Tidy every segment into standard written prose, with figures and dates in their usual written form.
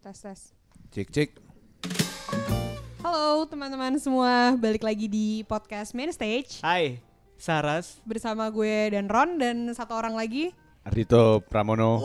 Tes tes. Cek cek. Halo teman-teman semua, balik lagi di podcast Main Stage Hai, Saras. bersama gue dan Ron dan satu orang lagi. Ardhito Pramono.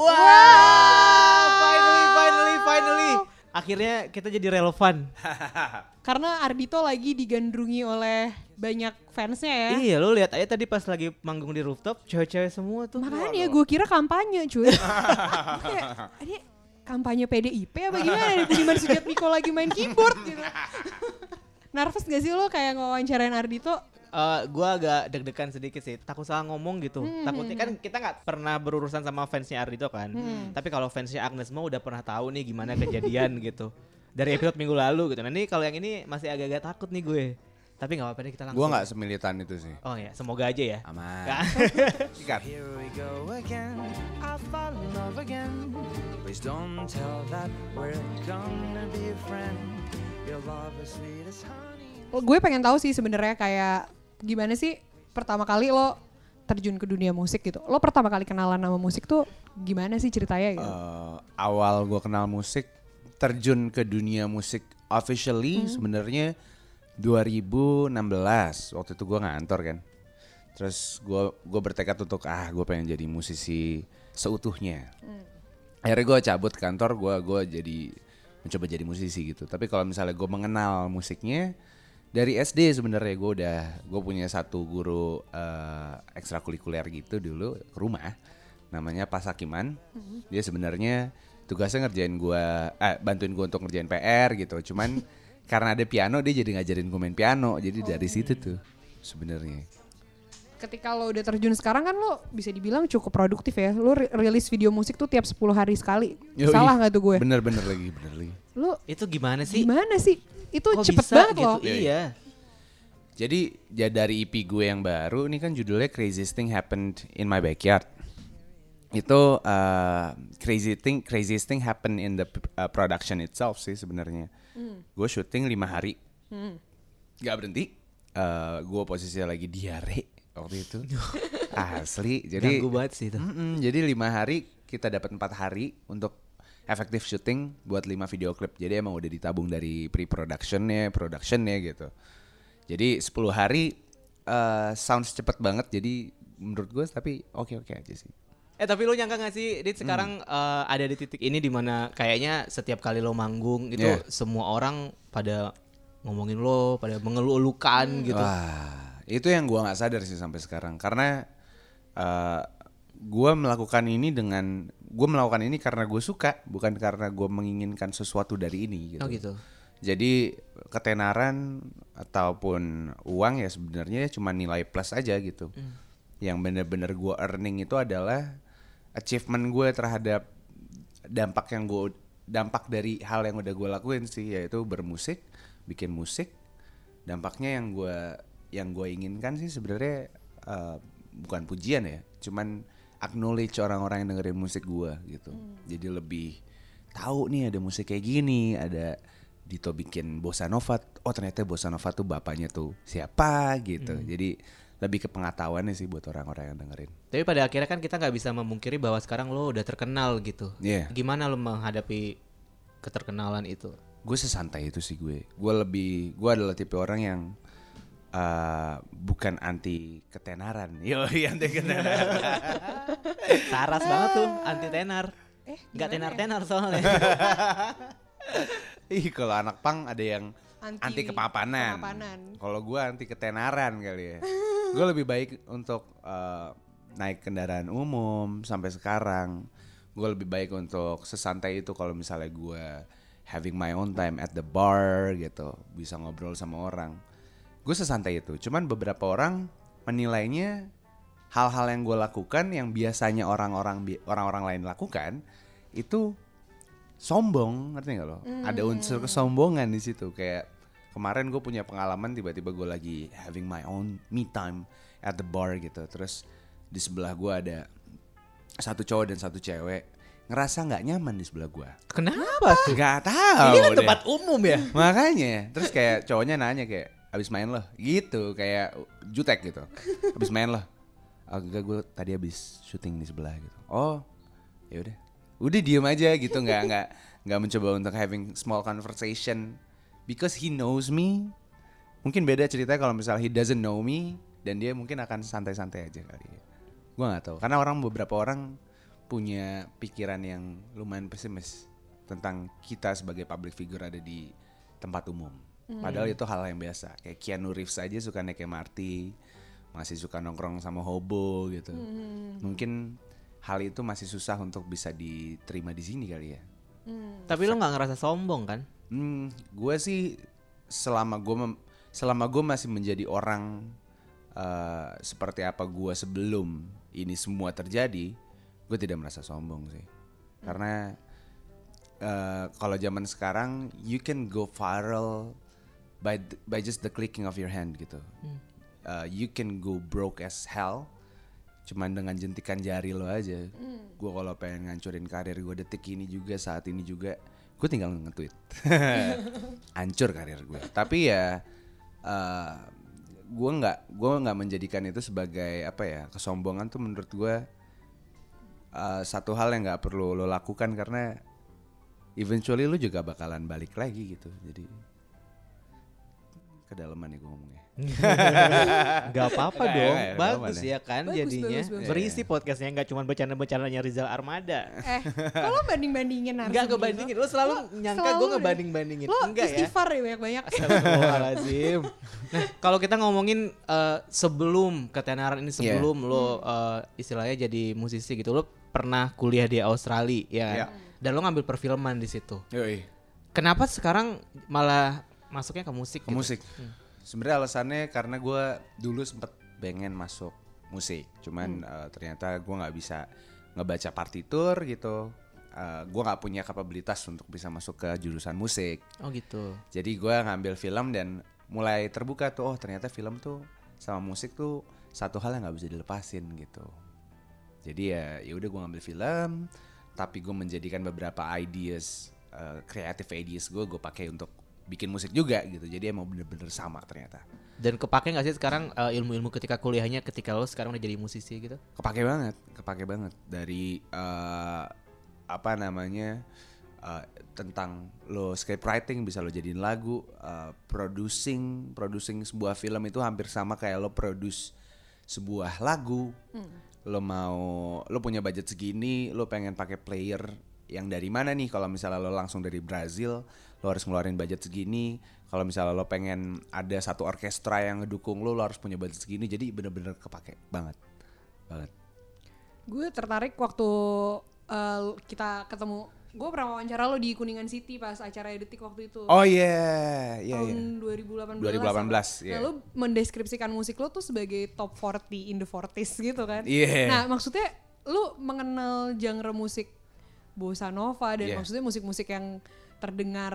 Finally. Akhirnya kita jadi relevan. Karena Ardhito lagi digandrungi oleh banyak fansnya ya. Iya, lo lihat aja tadi pas lagi manggung di rooftop, cewek-cewek semua tuh. Makanya gue kira kampanye cuy. Kayak, ini kampanye PDIP apa gimana? Budiman Sujatmiko lagi main keyboard gitu. Nervous gak sih lo kayak ngewawancarain Ardhito? Gue agak deg-degan sedikit sih, takut salah ngomong gitu. Takutnya kan kita nggak pernah berurusan sama fansnya Ardhito kan. Tapi kalau fansnya Agnes mau udah pernah tahu nih gimana kejadian gitu. Dari episode minggu lalu gitu. Nah ini kalau yang ini masih agak-agak takut nih gue. Tapi nggak apa-apa deh, kita langsung. Gua nggak semilitan itu sih. Oh ya, semoga aja ya. Aman. Nggak. Sikat. Here we go again, I fall in love again. Please don't tell that we're gonna be a friend. Your love is sweet as honey. Gue pengen tahu sih sebenarnya kayak gimana sih pertama kali lo terjun ke dunia musik gitu. Lo pertama kali kenalan sama musik tuh gimana sih ceritanya gitu? Awal gua kenal musik, terjun ke dunia musik officially sebenarnya 2016. Waktu itu gua ngantor kan. Terus gua bertekad untuk gue pengen jadi musisi seutuhnya. Akhirnya gue cabut kantor, gue jadi mencoba jadi musisi gitu. Tapi kalau misalnya gue mengenal musiknya dari SD sebenarnya gue punya satu guru ekstrakurikuler gitu dulu rumah, namanya Pak Sakiman. Dia sebenarnya tugasnya bantuin gue untuk ngerjain PR gitu. Cuman karena ada piano dia jadi ngajarin gue main piano. Jadi dari situ tuh sebenarnya. Ketika lo udah terjun sekarang kan lo bisa dibilang cukup produktif ya. Lo rilis video musik tuh tiap 10 hari sekali. Yoi. Salah gak tuh gue? Bener lagi. Lo Itu gimana sih? gimana sih? Itu Kok cepet bisa banget gitu? loh. Iya. Jadi dari EP gue yang baru ini kan judulnya Craziest Thing Happened in My Backyard. Itu craziest thing happened in the production itself sih sebenarnya. Gue syuting 5 hari, gak berhenti. Gue posisinya lagi diare waktu itu. Asli. Jadi Ganggu banget sih itu. jadi 5 hari kita dapat 4 hari untuk efektif syuting buat 5 video klip. Jadi emang udah ditabung dari pre-productionnya, productionnya gitu. Jadi 10 hari sounds cepet banget. Jadi menurut gue tapi oke aja sih. Tapi lo nyangka gak sih Dit sekarang ada di titik ini dimana kayaknya setiap kali lo manggung itu semua orang pada ngomongin lo, pada mengeluh-elukan gitu. Wah, itu yang gue nggak sadar sih sampai sekarang. Karena gue melakukan ini karena gue suka, bukan karena gue menginginkan sesuatu dari ini gitu. Oh gitu. Jadi ketenaran ataupun uang ya sebenarnya cuma nilai plus aja gitu. Yang bener-bener gue earning itu adalah achievement gue terhadap dampak dari hal yang udah gue lakuin sih, yaitu bermusik, bikin musik. Dampaknya yang gue inginkan sih sebenarnya bukan pujian ya, cuman acknowledge orang-orang yang dengerin musik gue gitu. Jadi lebih tahu nih ada musik kayak gini, ada Dito bikin bossa nova, oh ternyata bossa nova tuh bapaknya tuh siapa gitu. Jadi lebih ke pengetahuannya sih buat orang-orang yang dengerin. Tapi pada akhirnya kan kita nggak bisa memungkiri bahwa sekarang lo udah terkenal gitu. Iya. Gimana lo menghadapi keterkenalan itu? Gue sesantai itu sih gue adalah tipe orang yang bukan anti ketenaran. Anti ketenaran. Saras banget tuh, anti tenar. Nggak tenar-tenar soalnya. Kalau anak pang ada yang anti kepapanan. Kalau gue anti ketenaran kali ya. Gue lebih baik untuk naik kendaraan umum sampai sekarang. Gue lebih baik untuk sesantai itu kalau misalnya gue having my own time at the bar gitu, bisa ngobrol sama orang. Gue sesantai itu. Cuman beberapa orang menilainya hal-hal yang gue lakukan yang biasanya orang-orang lain lakukan itu sombong, ngerti nggak lo? Ada unsur kesombongan di situ. Kayak kemarin gue punya pengalaman tiba-tiba gue lagi having my own me time at the bar gitu. Terus di sebelah gue ada satu cowok dan satu cewek ngerasa nggak nyaman di sebelah gue. Kenapa tuh? Nggak tahu. Ini kan deh. tempat umum ya. Makanya, terus kayak cowoknya nanya kayak abis main lo, gitu kayak jutek gitu. Abis main lo? Enggak, gue tadi abis syuting di sebelah gitu. Oh, ya udah diem aja gitu, nggak nggak mencoba untuk having small conversation because he knows me. Mungkin beda ceritanya kalau misalnya he doesn't know me dan dia mungkin akan santai-santai aja kali ya. Gue nggak tahu karena beberapa orang punya pikiran yang lumayan pesimis tentang kita sebagai public figure ada di tempat umum. Padahal itu hal yang biasa. Kayak Keanu Reeves aja suka naik MRT, masih suka nongkrong sama hobo gitu. Mungkin hal itu masih susah untuk bisa diterima di sini kali ya. Tapi lo nggak ngerasa sombong kan? Gue sih selama gue masih menjadi orang seperti apa gue sebelum ini semua terjadi, gue tidak merasa sombong sih. Karena kalau zaman sekarang you can go viral by just the clicking of your hand gitu. You can go broke as hell cuman dengan jentikan jari lo aja. Gue kalau pengen ngancurin karir gue detik ini juga, saat ini juga, gue tinggal nge-tweet. Hancur karir gue. Tapi ya gue nggak menjadikan itu sebagai apa ya, kesombongan tuh menurut gue satu hal yang nggak perlu lo lakukan karena eventually lo juga bakalan balik lagi gitu. Jadi kedalaman nih gue ngomongnya. Gak apa-apa dong, bagus ya. ya kan Bagus, jadinya. bagus. Berisi podcastnya nggak cuma bercanda-bercandanya Rizal Armada. Kalau banding-bandingin Narsi Enggak ngebandingin, lo selalu nyangka gue ngebanding-bandingin. Lo Enggak ya. istighfar ya banyak-banyak. Astagfirullahaladzim. Nah kalau kita ngomongin sebelum ketenaran ini, sebelum lo istilahnya jadi musisi gitu, lo pernah kuliah di Australia ya kan? Dan lo ngambil perfilman di situ. Yoi. Kenapa sekarang malah masuknya ke musik? Ke musik. Sebenarnya alasannya karena gue dulu sempet pengen masuk musik, cuman ternyata gue nggak bisa ngebaca partitur gitu. Gue nggak punya kapabilitas untuk bisa masuk ke jurusan musik. Oh gitu. Jadi gue ngambil film dan mulai terbuka tuh, oh ternyata film tuh sama musik tuh satu hal yang nggak bisa dilepasin gitu. Jadi ya udah gue ngambil film, tapi gue menjadikan beberapa ideas, creative ideas gue pakai untuk bikin musik juga gitu. Jadi emang bener-bener sama ternyata. Dan kepake gak sih sekarang ilmu-ilmu ketika kuliahnya ketika lo sekarang udah jadi musisi gitu? Kepake banget dari tentang lo script writing bisa lo jadiin lagu, producing sebuah film itu hampir sama kayak lo produce sebuah lagu. Lo punya budget segini, lo pengen pakai player yang dari mana nih? Kalau misalnya lo langsung dari Brazil, lo harus ngeluarin budget segini. Kalau misalnya lo pengen ada satu orkestra yang ngedukung lo harus punya budget segini. Jadi bener-bener kepake banget. Gue tertarik waktu kita ketemu. Gue pernah wawancara lo di Kuningan City pas acara Detik waktu itu. Oh iya. Tahun 2018. Yeah. Nah lo mendeskripsikan musik lo tuh sebagai top 40 in the 40s gitu kan. Yeah. Nah maksudnya lo mengenal genre musik bossa nova dan maksudnya musik-musik yang terdengar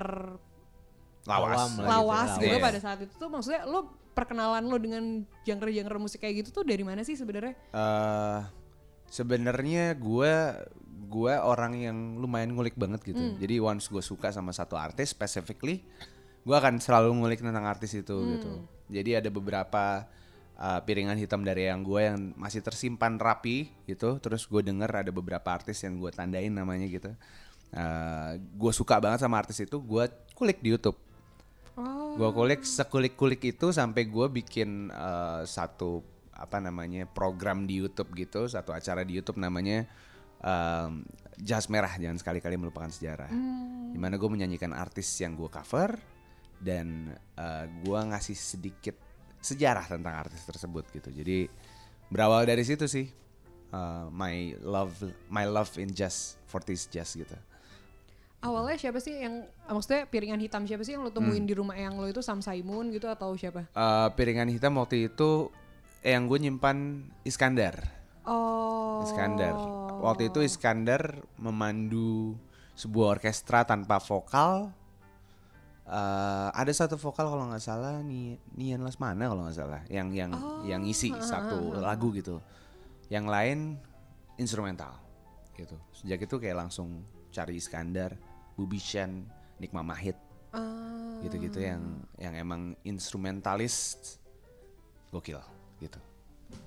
lawas gitu pada saat itu tuh, maksudnya lo perkenalan lo dengan genre-genre musik kayak gitu tuh dari mana sih sebenarnya? Sebenarnya gue orang yang lumayan ngulik banget gitu. Jadi once gue suka sama satu artis specifically, gue akan selalu ngulik tentang artis itu gitu. Jadi ada beberapa piringan hitam dari yang gue yang masih tersimpan rapi gitu. Terus gue denger ada beberapa artis yang gue tandain namanya gitu. Gue suka banget sama artis itu, gue kulik di YouTube. Gue kulik sekulik-kulik itu sampai gue bikin satu program di YouTube gitu, satu acara di YouTube namanya Jas Merah, jangan sekali-kali melupakan sejarah. Dimana gue menyanyikan artis yang gue cover dan gue ngasih sedikit sejarah tentang artis tersebut gitu. Jadi berawal dari situ sih, my love in jazz, 40s jazz gitu. Awalnya siapa sih yang, maksudnya piringan hitam siapa sih yang lo temuin di rumah yang lo itu, Sam Simon gitu atau siapa? Piringan hitam waktu itu yang gue nyimpan Iskandar. Iskandar. Waktu itu Iskandar memandu sebuah orkestra tanpa vokal. Ada satu vokal kalau nggak salah, Nian Lesmana kalau nggak salah, yang ngisi satu lagu gitu. Yang lain instrumental gitu. Sejak itu kayak langsung cari Iskandar, Bubishan, Nikma Mahit, gitu-gitu yang emang instrumentalis gokil gitu.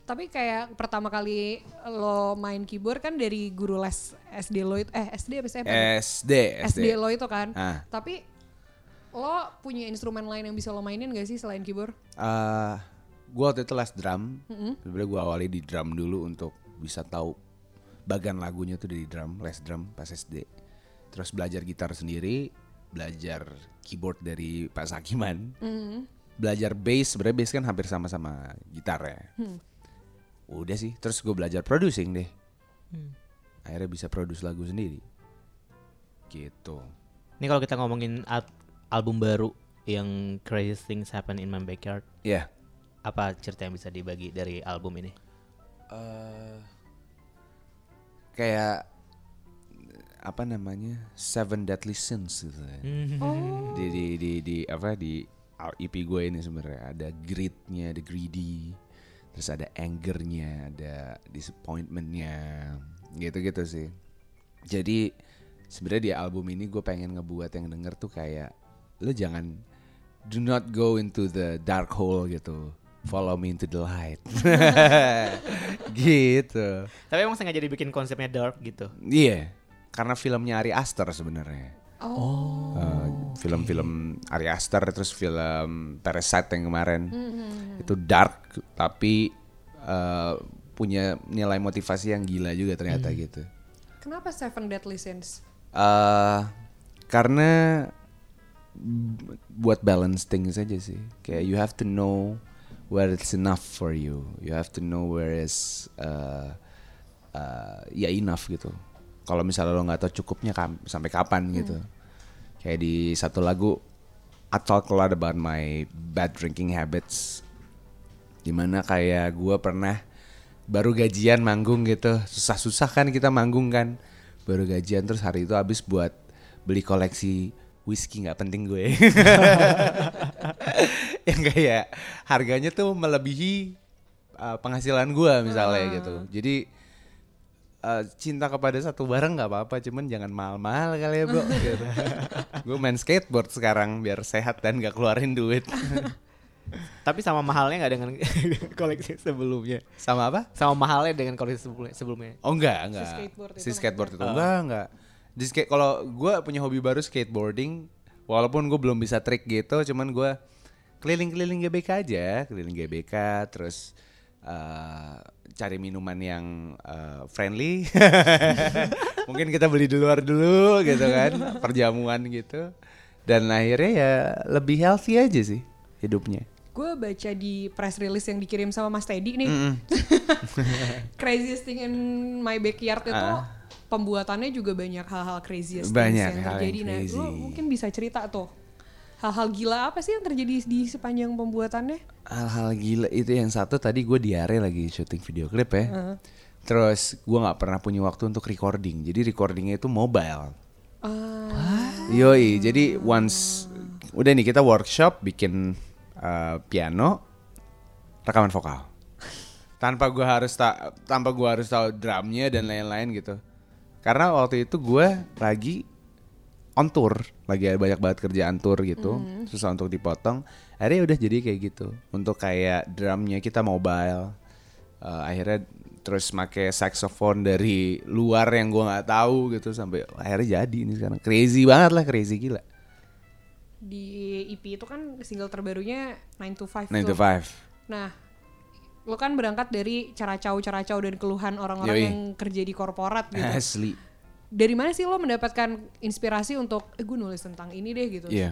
Tapi kayak pertama kali lo main keyboard kan dari guru les SD lo itu, SD apa sih? SD lo itu kan. Tapi lo punya instrumen lain yang bisa lo mainin gak sih selain keyboard? Gue waktu itu les drum. Sebenarnya gue awali di drum dulu untuk bisa tahu bagan lagunya tuh dari drum, les drum pas SD. Terus belajar gitar sendiri, belajar keyboard dari Pak Sakiman. Belajar bass, sebenarnya bass kan hampir sama-sama gitar ya. Udah sih, terus gue belajar producing deh. Akhirnya bisa produce lagu sendiri. Gitu. Ini kalau kita ngomongin album baru yang Crazy Things Happen in My Backyard. Iya. Apa cerita yang bisa dibagi dari album ini? Kayak apa namanya? 7 Deadly Sins gitu ya. Di EP gue ini sebenarnya ada greed-nya, ada greedy. Terus ada anger-nya, ada disappointment-nya, gitu-gitu sih. Jadi sebenarnya di album ini gue pengen ngebuat yang denger tuh kayak lo jangan, do not go into the dark hole gitu, follow me into the light. Gitu. Tapi emang sengaja dibikin konsepnya dark gitu. Iya, karena filmnya Ari Aster sebenarnya. Film-film Ari Aster, terus film Parasite yang kemarin itu dark tapi punya nilai motivasi yang gila juga ternyata gitu. Kenapa 7 Deadly Sins? Karena buat balance things aja sih. Kayak you have to know where it's enough for you. You have to know where is ya enough gitu. Kalau misalnya lo nggak tahu cukupnya sampai kapan gitu. Kayak di satu lagu I talk a lot about my bad drinking habits. Dimana kayak gue pernah baru gajian manggung gitu. Susah-susah kan kita manggung kan. Baru gajian terus hari itu habis buat beli koleksi whisky gak penting gue. Yang kayak harganya tuh melebihi penghasilan gue misalnya gitu. Jadi cinta kepada satu barang nggak apa-apa, cuman jangan mahal-mahal kali ya bro. Gitu. Gue main skateboard sekarang biar sehat dan nggak keluarin duit. Tapi sama mahalnya nggak dengan koleksi sebelumnya? Sama apa? Sama mahalnya dengan koleksi sebelumnya? Oh enggak. Si skateboard itu enggak. Kalau gue punya hobi baru skateboarding, walaupun gue belum bisa trik gitu, cuman gue keliling-keliling GBK aja, terus cari minuman yang friendly. Mungkin kita beli di luar dulu gitu kan, perjamuan gitu. Dan akhirnya ya lebih healthy aja sih hidupnya. Gue baca di press release yang dikirim sama Mas Teddy nih. Craziest Thing in My Backyard itu pembuatannya juga banyak hal-hal craziest things yang terjadi. Nah, lu mungkin bisa cerita tuh. Hal-hal gila apa sih yang terjadi di sepanjang pembuatannya? Hal-hal gila itu yang satu tadi gue diare lagi syuting video klip ya. Terus gue gak pernah punya waktu untuk recording. Jadi recordingnya itu mobile. Yoi, jadi once udah nih kita workshop bikin piano, rekaman vokal. Tanpa gue harus tahu drumnya dan lain-lain gitu. Karena waktu itu gue lagi on tour, lagi banyak banget kerjaan tour gitu, susah untuk dipotong. Akhirnya udah jadi kayak gitu. Untuk kayak drumnya kita mobile, akhirnya terus make saxophone dari luar yang gue nggak tahu gitu sampai akhirnya jadi ini sekarang. Crazy banget lah, crazy gila. Di EP itu kan single terbarunya 9 to 5 9 to 5. Nah, lo kan berangkat dari caracau dan keluhan orang-orang yang kerja di korporat gitu. Asli. Dari mana sih lo mendapatkan inspirasi untuk gue nulis tentang ini deh gitu? Iya.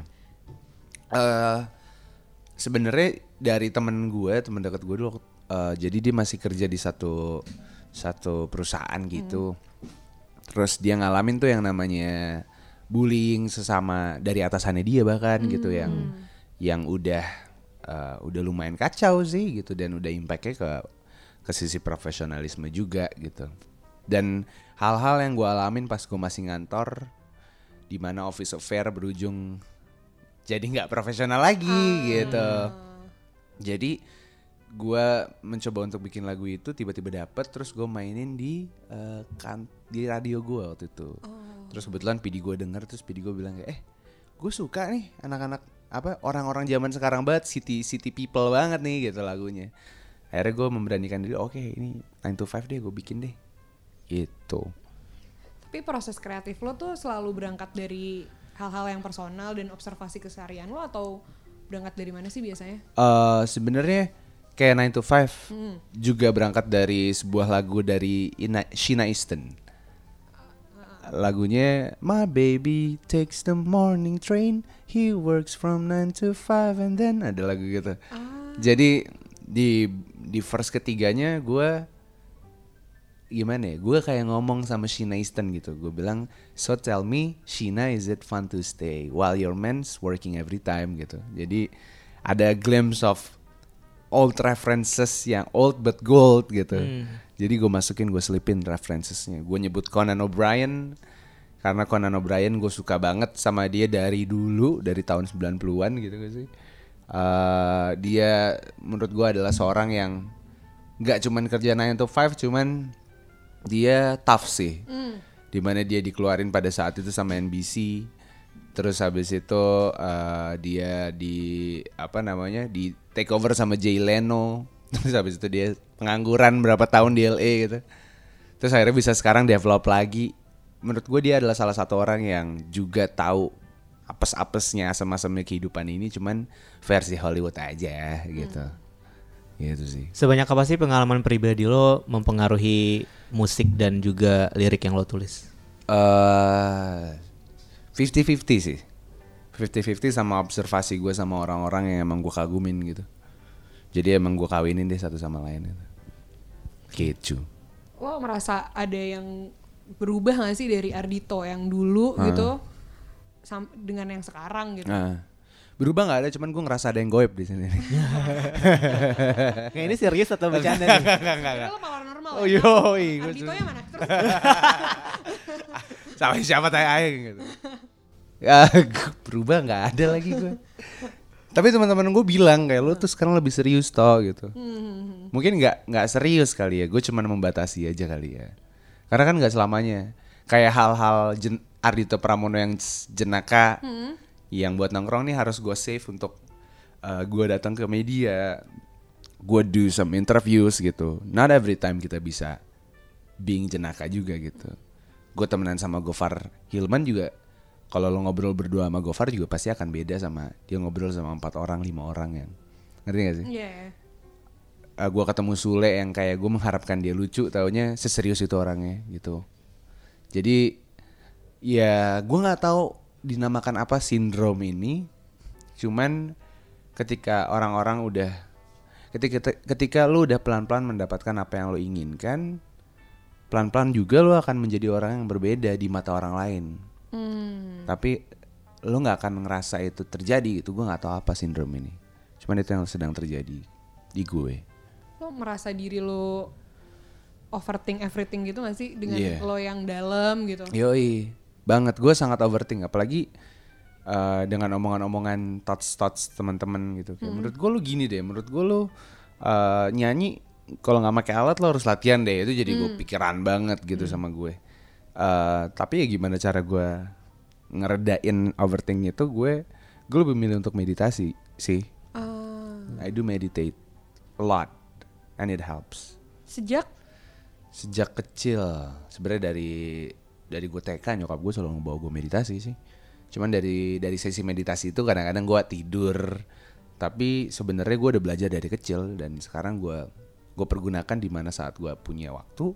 Sebenarnya dari teman dekat gue dulu. Jadi dia masih kerja di satu perusahaan gitu. Terus dia ngalamin tuh yang namanya bullying sesama dari atasannya dia bahkan gitu yang udah lumayan kacau sih gitu dan udah impactnya ke sisi profesionalisme juga gitu. Dan hal-hal yang gue alamin pas gue masih ngantor, di mana office affair berujung jadi nggak profesional lagi gitu. Jadi gue mencoba untuk bikin lagu itu, tiba-tiba dapet, terus gue mainin di radio gue waktu itu. Terus kebetulan PD gue denger, terus PD gue bilang kayak, gue suka nih anak-anak orang-orang zaman sekarang banget, city people banget nih gitu lagunya. akhirnya gue memberanikan diri, oke, ini 9 to 5 deh, gue bikin deh gitu. Tapi proses kreatif lo tuh selalu berangkat dari hal-hal yang personal dan observasi keseharian lo, atau berangkat dari mana sih biasanya? Sebenarnya kayak 9 to 5 juga berangkat dari sebuah lagu dari Sheena Easton. Lagunya My baby takes the morning train, he works from 9 to 5 and then ada lagu gitu. Jadi di verse ketiganya gue gimana ya? Gue kayak ngomong sama Sheena Easton gitu. Gue bilang, so tell me Sheena, is it fun to stay while your man's working every time gitu. Jadi ada glimpse of old references yang old but gold gitu. Jadi gue masukin, gue selipin referencesnya. Gue nyebut Conan O'Brien karena Conan O'Brien gue suka banget sama dia dari dulu, dari tahun 90-an gitu sih. Dia menurut gue adalah seorang yang gak cuman kerja 9 to 5, cuman dia tough sih. Dimana dia dikeluarin pada saat itu sama NBC. Terus habis itu dia di take over sama Jay Leno. Terus habis itu dia pengangguran berapa tahun di LA gitu. Terus akhirnya bisa sekarang develop lagi. Menurut gue dia adalah salah satu orang yang juga tahu apes-apesnya, asam-asamnya kehidupan ini, cuman versi Hollywood aja gitu. Gitu sih. Sebanyak apa sih pengalaman pribadi lo mempengaruhi musik dan juga lirik yang lo tulis? 50-50 sih. 50-50 sama observasi gue sama orang-orang yang emang gue kagumin gitu. Jadi emang gue kawinin deh satu sama lain gitu. Lo merasa ada yang berubah gak sih dari Ardhito yang dulu gitu dengan yang sekarang gitu? Berubah nggak ada, cuman gue ngerasa ada yang goib di sini. Kayak ini serius atau bercanda nih? Enggak. Lo malah normal. Oh yoi. Ardhito nya mana? Terus sama siapa tanya aing gitu. Ya berubah nggak ada lagi gue. Tapi teman-teman gue bilang kayak lo tuh sekarang lebih serius toh gitu. Mungkin nggak serius kali ya, gue cuma membatasi aja kali ya. Karena kan nggak selamanya. Kayak hal-hal Ardhito Pramono yang jenaka, yang buat nongkrong nih harus gue save untuk gue datang ke media, gue do some interviews gitu. Not every time kita bisa being jenaka juga gitu. Gue temenan sama Gofar Hilman juga. Kalau lo ngobrol berdua sama Gofar juga pasti akan beda sama dia ngobrol sama 4 orang, 5 orang yang ngerti gak sih? Iya. Gue ketemu Sule yang kayak gue mengharapkan dia lucu, taunya seserius itu orangnya gitu. Jadi ya gue nggak tahu dinamakan apa sindrom ini. Cuman ketika orang-orang udah ketika lo udah pelan-pelan mendapatkan apa yang lo inginkan, pelan-pelan juga lo akan menjadi orang yang berbeda di mata orang lain. Tapi lo nggak akan ngerasa itu terjadi gitu. Gue nggak tahu apa sindrom ini. Cuman itu yang sedang terjadi di gue. Lo merasa diri lo overthink everything gitu gak sih dengan lo yang dalam gitu? Yoi, banget. Gue sangat overthink. Apalagi dengan omongan-omongan thoughts teman-teman gitu. Kayak menurut gue lo gini deh. Menurut gue lo nyanyi kalau nggak pakai alat lo harus latihan deh. Itu jadi gue pikiran banget gitu sama gue. Tapi ya gimana cara gue ngeredain overthinking itu, gue lebih milih untuk meditasi sih. I do meditate a lot and it helps. Sejak kecil sebenarnya dari gue TK nyokap gue selalu ngebawa gue meditasi sih. Cuman dari sesi meditasi itu kadang-kadang gue tidur, tapi sebenarnya gue udah belajar dari kecil dan sekarang gue pergunakan di mana saat gue punya waktu,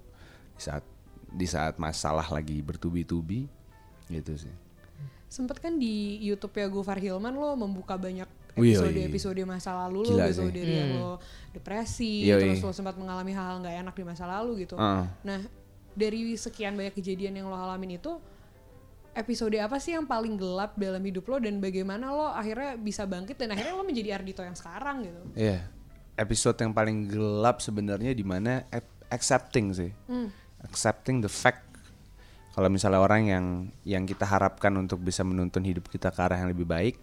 di saat masalah lagi bertubi-tubi gitu sih. Sempet kan di YouTube ya Gofar Hilman lo membuka banyak episode masa lalu lo gitu. Dari yang lo depresi, terus lo sempat mengalami hal-hal gak enak di masa lalu gitu. Nah dari sekian banyak kejadian yang lo alamin itu, episode apa sih yang paling gelap dalam hidup lo dan bagaimana lo akhirnya bisa bangkit dan akhirnya lo menjadi Ardhito yang sekarang gitu? Iya, episode yang paling gelap sebenarnya di mana accepting sih. Accepting the fact kalau misalnya orang yang kita harapkan untuk bisa menuntun hidup kita ke arah yang lebih baik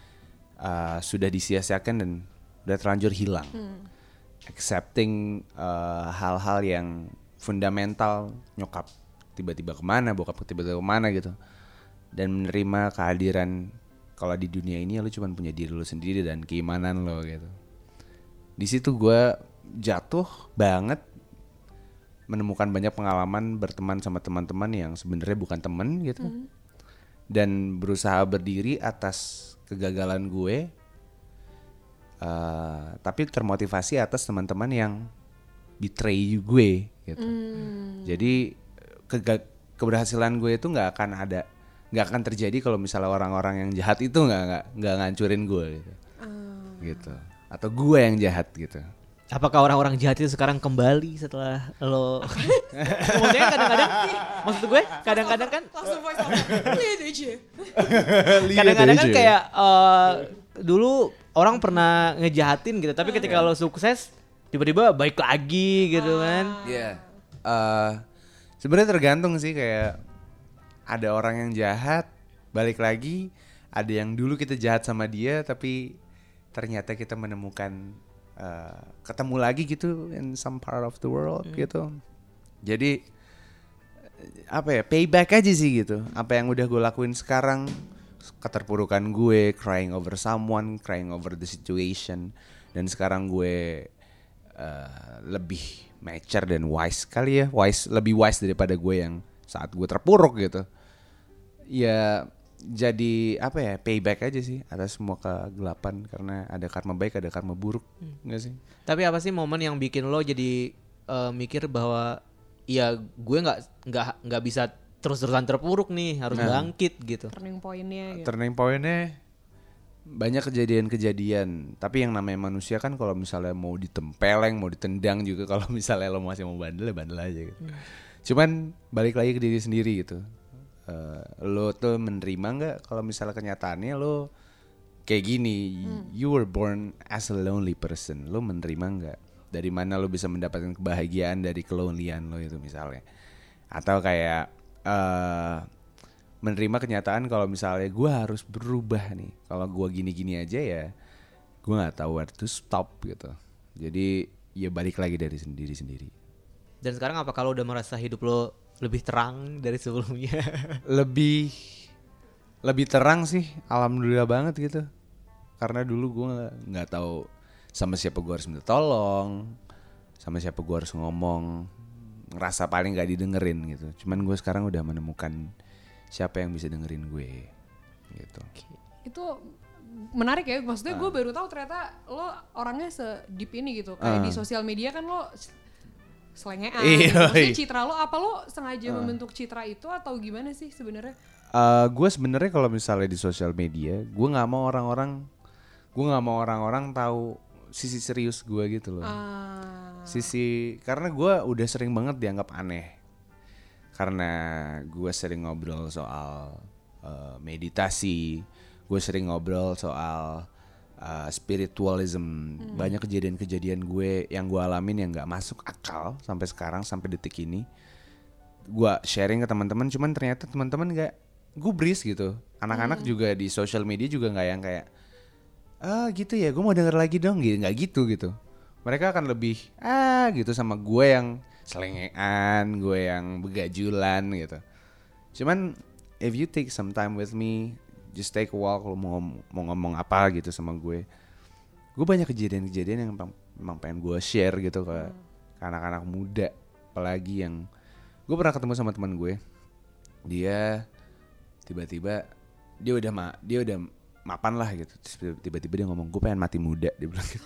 sudah disia-siakan dan udah terlanjur hilang. Accepting hal-hal yang fundamental, nyokap tiba-tiba kemana, bokap tiba-tiba kemana gitu, dan menerima kehadiran kalau di dunia ini lu cuma punya diri lu sendiri dan keimanan lo gitu. Di situ gue jatuh banget, menemukan banyak pengalaman berteman sama teman-teman yang sebenarnya bukan teman gitu, dan berusaha berdiri atas kegagalan gue, tapi termotivasi atas teman-teman yang betray gue gitu. Jadi keberhasilan gue itu nggak akan terjadi kalau misalnya orang-orang yang jahat itu nggak ngancurin gue gitu, atau gue yang jahat gitu. Apakah orang-orang jahat itu sekarang kembali setelah lo? Maksudnya kadang-kadang, maksud gue kadang-kadang kan langsung voice over. Lihat aja. Kadang-kadang kan kayak dulu orang pernah ngejahatin gitu, tapi ketika lo sukses tiba-tiba baik lagi gitu kan. Iya. Sebenarnya tergantung sih, kayak ada orang yang jahat balik lagi, ada yang dulu kita jahat sama dia tapi ternyata kita menemukan ketemu lagi gitu in some part of the world gitu. Jadi apa ya, payback aja sih gitu. Apa yang udah gue lakuin sekarang, keterpurukan gue, crying over someone, crying over the situation, dan sekarang gue lebih mature dan wise kali ya, lebih wise daripada gue yang saat gue terpuruk gitu. Ya jadi apa ya, payback aja sih atas semua kegelapan, karena ada karma baik, ada karma buruk, enggak sih? Tapi apa sih momen yang bikin lo jadi mikir bahwa ya gue nggak bisa terus-terusan terpuruk nih, harus bangkit gitu? Turning point-nya gitu. Turning point-nya banyak kejadian-kejadian, tapi yang namanya manusia kan kalau misalnya mau ditempeleng, mau ditendang juga, kalau misalnya lo masih mau bandel, ya bandel aja gitu. Cuman balik lagi ke diri sendiri gitu. Lo tuh menerima nggak kalau misalnya kenyataannya lo kayak gini, you were born as a lonely person, lo menerima nggak? Dari mana lo bisa mendapatkan kebahagiaan dari kelonelian lo itu misalnya? Atau kayak menerima kenyataan kalau misalnya gue harus berubah nih, kalau gue gini-gini aja ya gue nggak tahu where to stop gitu. Jadi ya balik lagi dari sendiri. Dan sekarang apa kalau udah merasa hidup lo lebih terang dari sebelumnya? lebih terang sih, alhamdulillah banget gitu. Karena dulu gue nggak tahu sama siapa gue harus minta tolong, sama siapa gue harus ngomong, ngerasa paling nggak didengerin gitu. Cuman gue sekarang udah menemukan siapa yang bisa dengerin gue gitu. Itu menarik ya, maksudnya gue baru tahu ternyata lo orangnya se-deep ini gitu. Kayak di sosial media kan lo selengean gitu. Maksudnya citra lo, apa lo sengaja membentuk citra itu atau gimana sih sebenarnya? Gue sebenarnya kalau misalnya di sosial media, gue nggak mau orang-orang tahu sisi serius gue gitu loh. Karena gue udah sering banget dianggap aneh. Karena gue sering ngobrol soal meditasi, gue sering ngobrol soal spiritualism. Banyak kejadian-kejadian gue yang gue alamin yang gak masuk akal sampai sekarang, sampai detik ini. Gue sharing ke teman-teman, cuman ternyata teman-teman gak gubris gitu. Anak-anak juga di social media juga gak yang kayak gitu ya, gue mau denger lagi dong, gak gitu. Mereka akan lebih gitu sama gue yang selengean, gue yang begajulan gitu. Cuman if you take some time with me, just take a walk, lo mau ngomong apa gitu sama gue banyak kejadian-kejadian yang memang pengen gue share gitu ke anak-anak muda. Apalagi yang gue pernah ketemu sama teman gue, dia tiba-tiba dia udah mapan lah gitu, terus tiba-tiba dia ngomong, gue pengen mati muda, dia bilang gitu.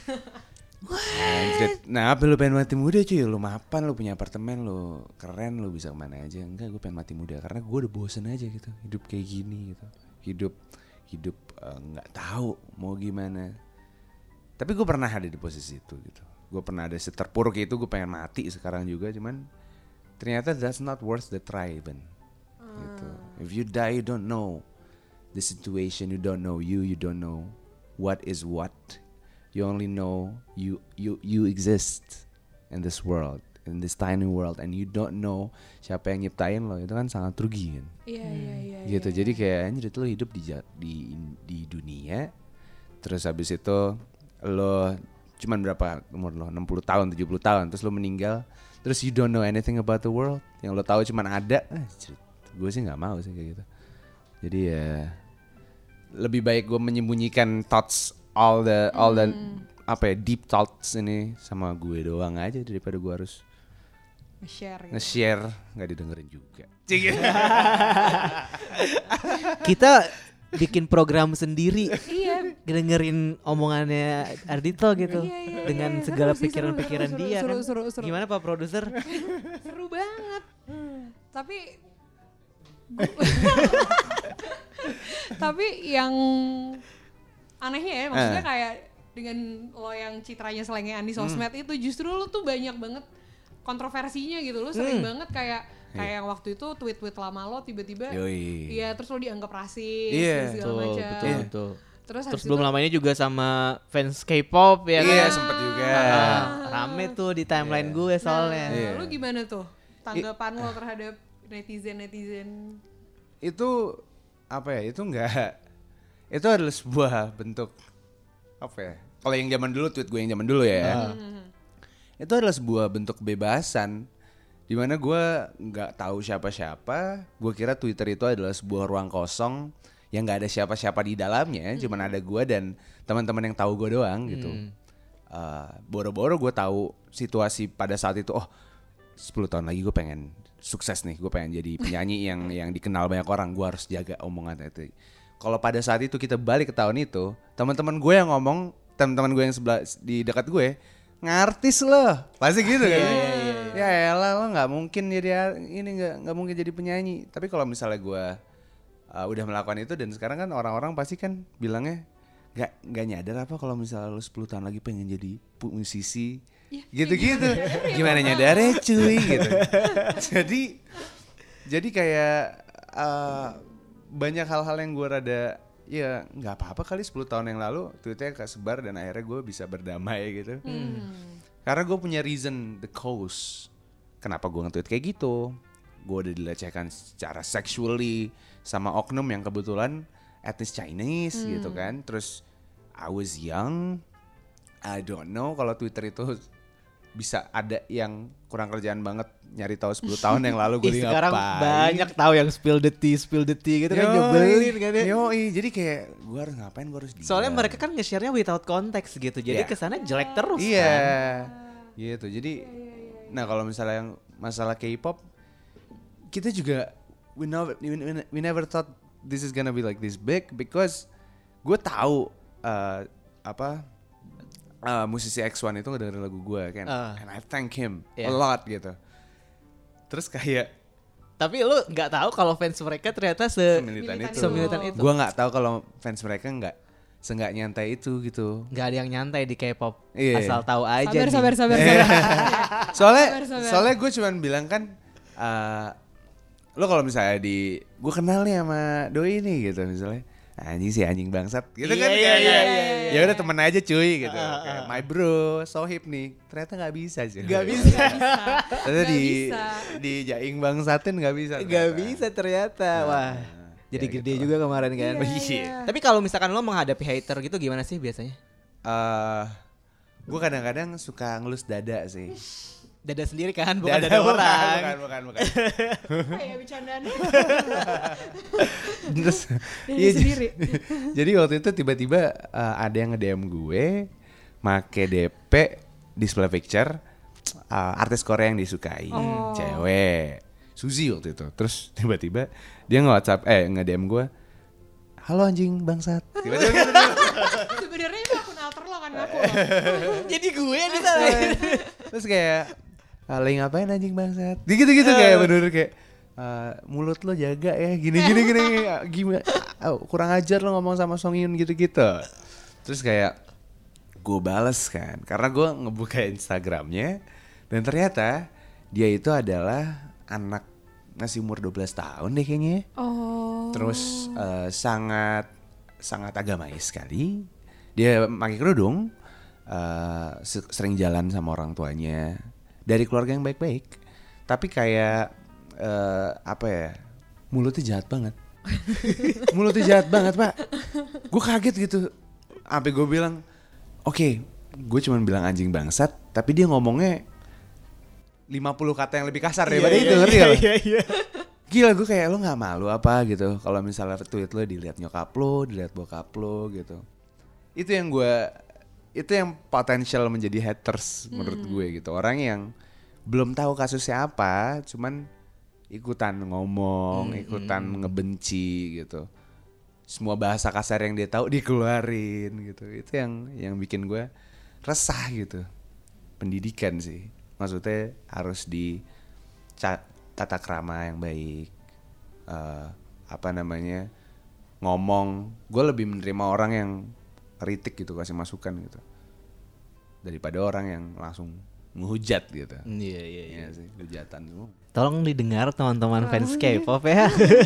Nah, apa lu pengen mati muda cuy? Lu mapan, lu punya apartemen, lu keren, lu bisa kemana aja. Enggak, gue pengen mati muda karena gue udah bosen aja gitu, hidup kayak gini gitu. Hidup nggak tahu mau gimana. Tapi gue pernah ada di posisi itu gitu. Gue pernah ada seterpuruk itu, gue pengen mati sekarang juga. Cuman ternyata that's not worth the try even. Gitu. If you die, you don't know the situation, you don't know you don't know what is what. You only know you exist in this world, in this tiny world, and you don't know siapa yang nyiptain lo. Itu kan sangat rugi kan. Iya. Gitu. Jadi kayak anjir, lo hidup di dunia, terus habis itu lo cuman berapa umur lo, 60 tahun, 70 tahun, terus lo meninggal, terus you don't know anything about the world. Yang lo tahu cuman ada. Gue sih nggak mau sih kayak gitu. Jadi ya lebih baik gue menyembunyikan thoughts all the deep thoughts ini sama gue doang aja daripada gue harus nge-share nggak didengerin juga. Kita bikin program sendiri, dengerin omongannya Ardhito gitu, dengan segala pikiran-pikiran dia. Seru. Gimana Pak Produser? Seru banget. Tapi yang anehnya ya, maksudnya kayak dengan lo yang citranya selengean di sosmed itu justru lo tuh banyak banget kontroversinya gitu. Lo sering banget kayak yang waktu itu tweet-tweet lama lo tiba-tiba iya terus lo dianggap rasis segala macam. Betul. Terus belum lama ini juga sama fans K-pop ya kan? Iya sempet juga. Rame tuh di timeline gue soalnya. Lo gimana tuh tanggapan lo terhadap netizen? Itu apa ya? Itu adalah sebuah bentuk apa ya? Kalau yang zaman dulu tweet gue yang zaman dulu ya. Itu adalah sebuah bentuk kebebasan di mana gue nggak tahu siapa-siapa. Gue kira Twitter itu adalah sebuah ruang kosong yang nggak ada siapa-siapa di dalamnya, cuman ada gue dan teman-teman yang tahu gue doang gitu. Boro-boro gue tahu situasi pada saat itu. 10 tahun lagi gue pengen sukses nih, gue pengen jadi penyanyi yang dikenal banyak orang. Gue harus jaga omongan itu. Kalau pada saat itu kita balik ke tahun itu, teman-teman gue yang ngomong, teman-teman gue yang sebelah di dekat gue, ngartis loh, pasti gitu kan? Ya elah lo nggak mungkin jadi ini nggak mungkin jadi penyanyi. Tapi kalau misalnya gue udah melakukan itu dan sekarang kan orang-orang pasti kan bilangnya nggak nyadar apa kalau misalnya lo 10 tahun lagi pengen jadi musisi, gitu-gitu. Gimana nyadarnya cuy gitu. Jadi kayak banyak hal-hal yang gue rada ya nggak apa-apa kali 10 tahun yang lalu tweetnya kesebar dan akhirnya gue bisa berdamai gitu. Karena gue punya reason, the cause kenapa gue nge-tweet kayak gitu. Gue udah dilecehkan secara sexually sama oknum yang kebetulan etnis Chinese gitu kan. Terus I was young, I don't know kalau Twitter itu bisa ada yang kurang kerjaan banget nyari tahu 10 tahun yang lalu gue ngapain. Sekarang banyak tahu yang spill the tea gitu kan, nyebelin kan ya. Jadi kayak gue harus ngapain, gue harus soalnya mereka kan nge-share-nya without context gitu. Jadi kesannya jelek terus kan. Iya. Gitu. Jadi nah kalau misalnya yang masalah K-pop, kita juga we never thought this is gonna be like this big because gue tahu musisi X1 itu ngedengerin lagu gue kan, and I thank him a lot gitu. Terus kayak, tapi lu nggak tahu kalau fans mereka ternyata semilitan itu. Gue nggak tahu kalau fans mereka nggak nyantai itu gitu. Nggak ada yang nyantai di K-pop, asal tahu aja. Sabar. Soalnya gue cuman bilang kan, lo kalau misalnya gue kenal nih sama doi nih gitu misalnya. Anjing sih anjing bangsat gitu kan. Ya udah temen aja cuy gitu. Kayak my bro, sohib nih. Ternyata enggak bisa sih. Enggak bisa. Ternyata di jaing bangsatin enggak bisa. Enggak bisa ternyata. Wah. Jadi gede juga kemarin kan. Tapi kalau misalkan lo menghadapi hater gitu gimana sih biasanya? Gue kadang-kadang suka ngelus dada sih. Dada sendiri kan, bukan dada orang. Bukan. Kayak bercandaan. Terus iya sendiri. Jadi waktu itu tiba-tiba ada yang nge-DM gue make DP display picture artis Korea yang disukai, cewek. Suzy waktu itu. Terus tiba-tiba dia nge-WhatsApp nge-DM gue, "Halo anjing bangsat." Tiba-tiba gitu. Sebenarnya itu akun alter lo kan ngaku. Jadi gue yang disalahin. Terus kayak lagi ngapain anjing bangsat? Gitu-gitu kayak bener kayak mulut lo jaga ya gini gimana kurang ajar lo ngomong sama Song Hyun gitu-gitu. Terus kayak gue bales kan karena gue ngebuka Instagramnya dan ternyata dia itu adalah anak masih umur 12 tahun deh kayaknya. Terus sangat agamais sekali. Dia pakai kerudung, sering jalan sama orang tuanya. Dari keluarga yang baik-baik, tapi kayak mulutnya jahat banget. Mulutnya jahat banget pak. Gue kaget gitu. Sampai gue bilang, oke, gue cuma bilang anjing bangsat, tapi dia ngomongnya 50 kata yang lebih kasar daripada itu, ngerti gak? Iya. Gila gue kayak lo nggak malu apa gitu? Kalau misalnya tweet lo dilihat nyokap lo, dilihat bokap lo gitu. Itu yang gue itu yang potensial menjadi haters menurut gue gitu. Orang yang belum tahu kasusnya apa, cuman ikutan ngomong, ikutan ngebenci gitu. Semua bahasa kasar yang dia tahu dikeluarin gitu. Itu yang bikin gue resah gitu. Pendidikan sih, maksudnya harus di tata krama yang baik. Ngomong, gue lebih menerima orang yang kritik gitu, kasih masukan gitu, daripada orang yang langsung ngehujat gitu. Iya sih, hujatan semua. Tolong didengar teman-teman fans K-pop ya.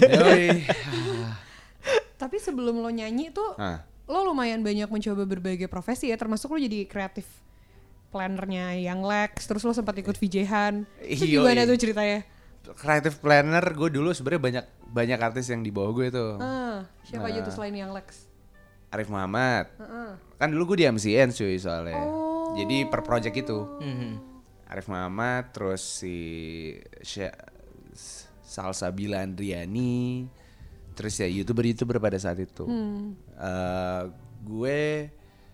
Tapi sebelum lo nyanyi tuh, lo lumayan banyak mencoba berbagai profesi ya, termasuk lo jadi kreatif plannernya Young Lex, terus lo sempat ikut VJ-han. Itu gimana tuh ceritanya? Creative planner gue dulu sebenarnya banyak artis yang di bawah gue tuh. Siapa aja tuh selain Young Lex? Arif Muhammad. Kan dulu gue di MCN cuy soalnya. Jadi per project itu. Arif Muhammad, terus si Salsabila Andriani, terus ya YouTuber pada saat itu. Gue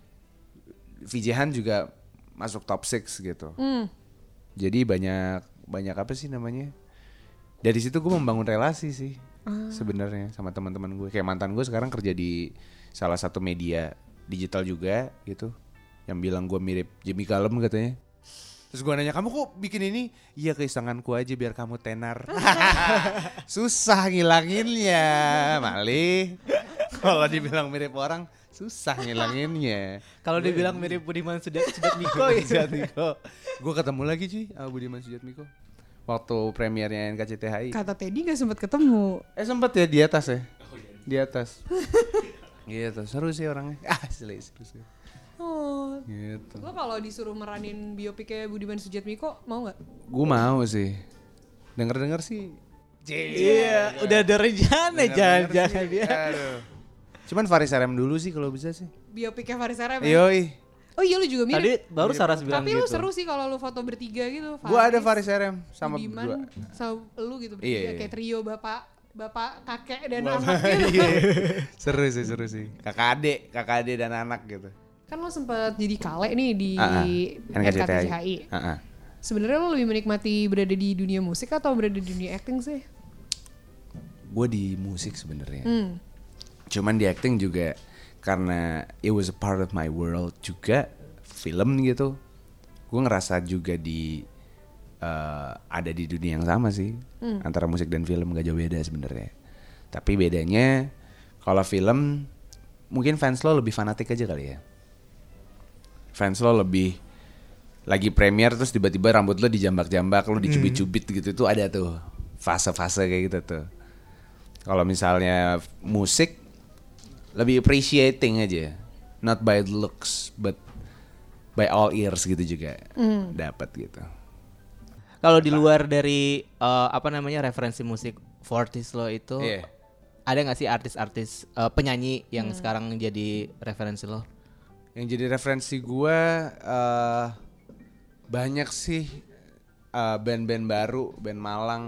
VJ-han juga masuk top 6 gitu. Jadi banyak apa sih namanya? Dari situ gue membangun relasi sih sebenarnya sama teman-teman gue. Kayak mantan gue sekarang kerja di salah satu media digital juga gitu, yang bilang gue mirip Jimmy Callum katanya. Terus gue nanya, kamu kok bikin ini? Iya, keisenganku aja biar kamu tenar. Susah ngilanginnya, Mali. Kalau dibilang mirip orang, susah ngilanginnya. Kalau dibilang mirip Budiman Sujatmiko ya. Gue ketemu lagi cuy sama Budiman Sujatmiko waktu premiernya NKCTHI. Kata Teddy gak sempat ketemu. Sempet ya di atas ya. Di atas. Gitu, seru sih orangnya. Seru sih. Oh. Gitu. Lo kalau disuruh meranin biopiknya Budiman Sujatmiko mau gak? Gue mau sih. Denger sih. Iya, udah ada rencana jangan dia. Cuman Faris RM dulu sih kalau bisa sih. Biopiknya Faris RM. Yoi. Oh iya, lu juga mirip. Tadi baru Saras bilang tapi gitu. Tapi lu seru sih kalau lu foto bertiga gitu. Gue ada Faris RM sama Budiman, sama lu gitu bertiga. Iya. Kayak trio bapak kakek dan anak gitu. Seru sih. Kakak adik dan anak gitu. Kan lo sempet jadi kale nih di NKCTHI. Sebenarnya lo lebih menikmati berada di dunia musik atau berada di dunia acting sih? Gue di musik sebenarnya. Cuman di acting juga karena it was a part of my world juga, film gitu. Gue ngerasa juga ada di dunia yang sama sih. Antara musik dan film gak jauh beda sebenarnya. Tapi bedanya kalau film mungkin fans lo lebih fanatik aja kali ya. Fans lo lebih lagi premier terus tiba-tiba rambut lo dijambak-jambak, lo dicubit-cubit gitu, tuh ada tuh fase-fase kayak gitu tuh. Kalau misalnya musik lebih appreciating aja, not by looks but by all ears gitu juga dapat gitu. Kalau di luar dari referensi musik Fortis lo itu, ada nggak sih artis-artis penyanyi yang sekarang jadi referensi lo? Yang jadi referensi gue banyak sih, band-band baru, band Malang.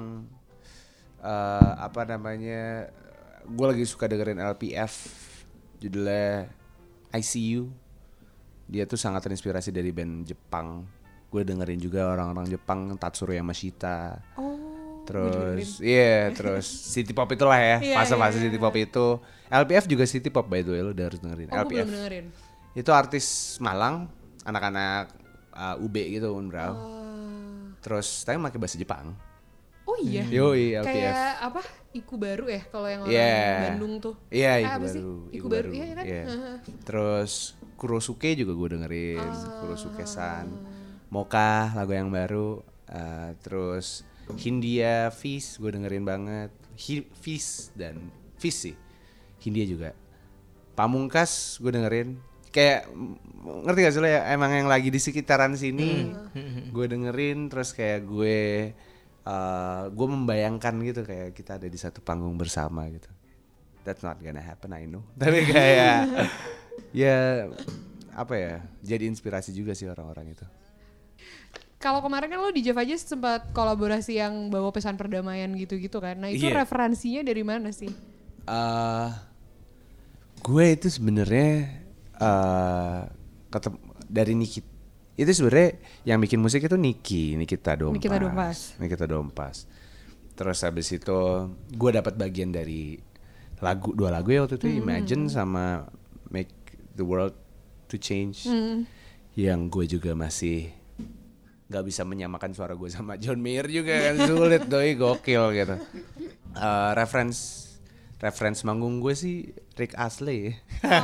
Gue lagi suka dengerin LPF, judulnya ICU. Dia tuh sangat terinspirasi dari band Jepang. Gue dengerin juga orang-orang Jepang, Tatsuro Yamashita. Terus terus city pop itulah ya, fase-fase city pop itu. LPF juga city pop by the way, lo udah harus dengerin. LPF. Gue belum dengerin. Itu artis Malang, anak-anak UB gitu, Unbrau. Terus tapi pakai bahasa Jepang. Oh iya. Yoi, LPF. Kayak apa? Iku Baru ya kalau yang orang Bandung tuh. Iya, Iku Baru. Iya kan? Terus Kurosuke juga gue dengerin, Kurosuke-san. Mocha lagu yang baru. Terus Hindia Fish gue dengerin banget. Fish sih. Hindia juga. Pamungkas gue dengerin. Kayak ngerti gak sih lo ya, emang yang lagi di sekitaran sini gue dengerin. Terus kayak gue membayangkan gitu, kayak kita ada di satu panggung bersama gitu. That's not gonna happen, I know. Tapi kayak jadi inspirasi juga sih orang-orang itu. Kalau kemarin kan lo di Jeff aja sempat kolaborasi yang bawa pesan perdamaian gitu-gitu kan. Nah itu referensinya dari mana sih? Gue itu sebenarnya dari Nikita. Itu sebenarnya yang bikin musik itu Nikita Dompas. Terus habis itu gue dapat bagian dari dua lagu ya waktu itu, Imagine sama Make the World to Change. Yang gue juga masih nggak bisa menyamakan suara gue sama John Mayer juga kan, sulit doi, gokil gitu. Reference manggung gue sih Rick Astley.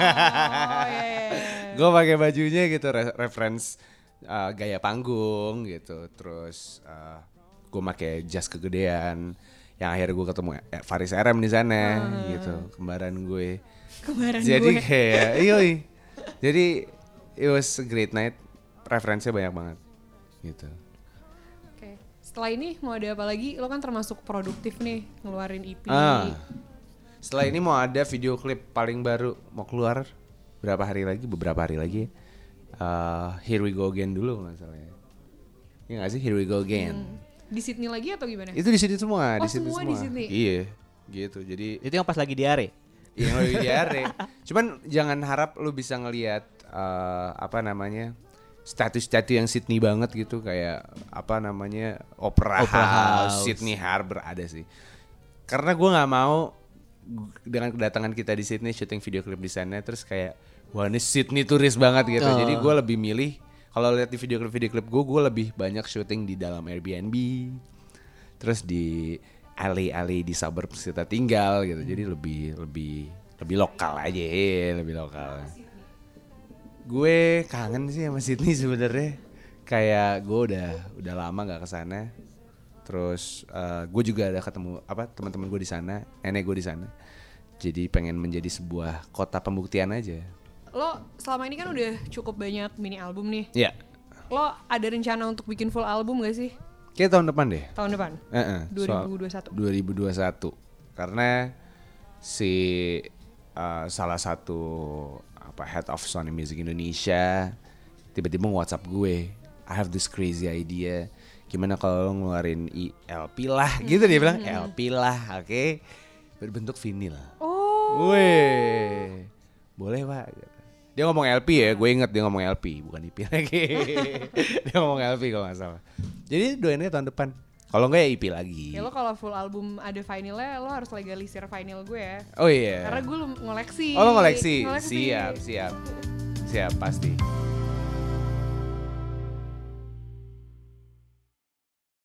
Gue pakai bajunya gitu, reference gaya panggung gitu. Terus gue pakai jas kegedean yang akhirnya gue ketemu Faris RM di sana gitu, kembaran gue. Jadi kayak jadi it was a great night, referensinya banyak banget gitu. Oke. Setelah ini mau ada apa lagi? Lo kan termasuk produktif nih ngeluarin EP. Setelah ini mau ada video klip paling baru, mau keluar beberapa hari lagi. Here We Go Again dulu masalahnya. Iya gak sih, Here We Go Again. Di Sydney lagi atau gimana? Itu di Sydney semua. Oh, semua di Sydney? Iya, gitu. Jadi itu yang pas lagi diare? Iya, lagi diare. Cuman jangan harap lu bisa ngelihat statue yang Sydney banget gitu, kayak Opera House, Sydney Harbour ada sih. Karena gue nggak mau dengan kedatangan kita di Sydney syuting video klip di sana terus kayak wah ini Sydney turis banget gitu. Jadi gue lebih milih kalau lihat di video klip gue lebih banyak syuting di dalam Airbnb, terus di alley di suburb kita tinggal gitu. Jadi lebih lokal aja, lebih lokal. Gue kangen sih sama Sydney sebenarnya. Kayak gue udah lama nggak kesana. Terus gue juga ada ketemu teman-teman gue di sana, nenek gue di sana. Jadi pengen menjadi sebuah kota pembuktian aja. Lo selama ini kan udah cukup banyak mini album nih. Iya. Lo ada rencana untuk bikin full album gak sih? Kayak tahun depan deh. Tahun depan? 2021. Karena si salah satu head of Sony Music Indonesia tiba-tiba nge-WhatsApp gue, I have this crazy idea. Gimana kalau lo ngeluarin LP lah, gitu dia bilang, LP lah, oke? Berbentuk vinil. Oh. Weh, boleh pak. Dia ngomong LP ya, gue inget dia ngomong LP, bukan EP lagi. Dia ngomong LP kalau nggak salah. Jadi doainnya tahun depan. Kalau nggak ya EP lagi. Ya lo kalau full album ada vinilnya, lo harus legalisir vinyl gue ya. Oh iya. Karena gue ngoleksi. Oh lo ngoleksi. Siap pasti.